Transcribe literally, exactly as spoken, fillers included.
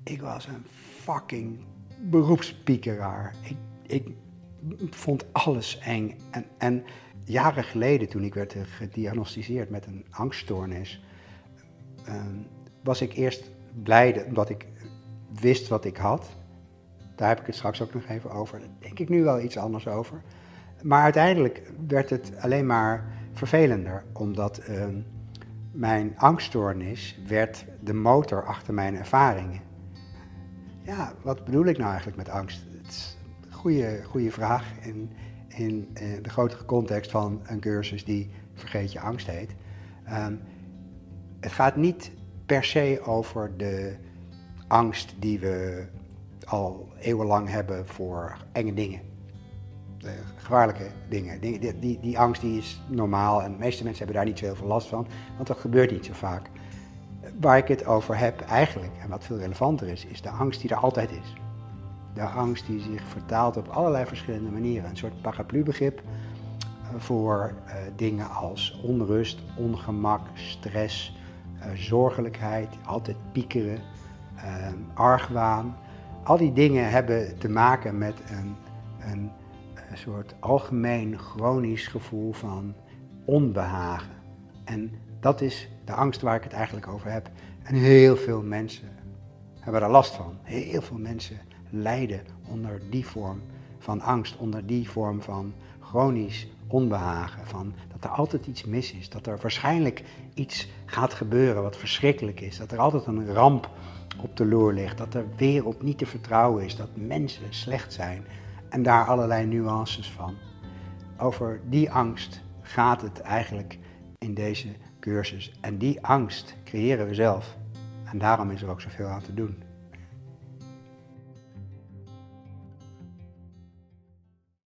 Ik was een fucking beroepspiekeraar. Ik, ik vond alles eng. En, en jaren geleden, toen ik werd gediagnosticeerd met een angststoornis, uh, was ik eerst blij omdat ik wist wat ik had. Daar heb ik het straks ook nog even over. Daar denk ik nu wel iets anders over. Maar uiteindelijk werd het alleen maar vervelender, omdat uh, mijn angststoornis werd de motor achter mijn ervaringen. Ja, wat bedoel ik nou eigenlijk met angst? Het is een goede, goede vraag in, in, in de grotere context van een cursus die Vergeet je angst heet. Um, het gaat niet per se over de angst die we al eeuwenlang hebben voor enge dingen. De gevaarlijke dingen. Die, die, die, die angst die is normaal en de meeste mensen hebben daar niet zo heel veel last van, want dat gebeurt niet zo vaak. Waar ik het over heb eigenlijk, en wat veel relevanter is, is de angst die er altijd is. De angst die zich vertaalt op allerlei verschillende manieren. Een soort paraplubegrip voor uh, dingen als onrust, ongemak, stress, uh, zorgelijkheid, altijd piekeren, uh, argwaan. Al die dingen hebben te maken met een, een, een soort algemeen chronisch gevoel van onbehagen. En dat is de angst waar ik het eigenlijk over heb. En heel veel mensen hebben daar last van. Heel veel mensen lijden onder die vorm van angst, onder die vorm van chronisch onbehagen. Van dat er altijd iets mis is, dat er waarschijnlijk iets gaat gebeuren wat verschrikkelijk is. Dat er altijd een ramp op de loer ligt, dat de wereld niet te vertrouwen is, dat mensen slecht zijn. En daar allerlei nuances van. Over die angst gaat het eigenlijk in deze cursus. En die angst creëren we zelf. En daarom is er ook zoveel aan te doen.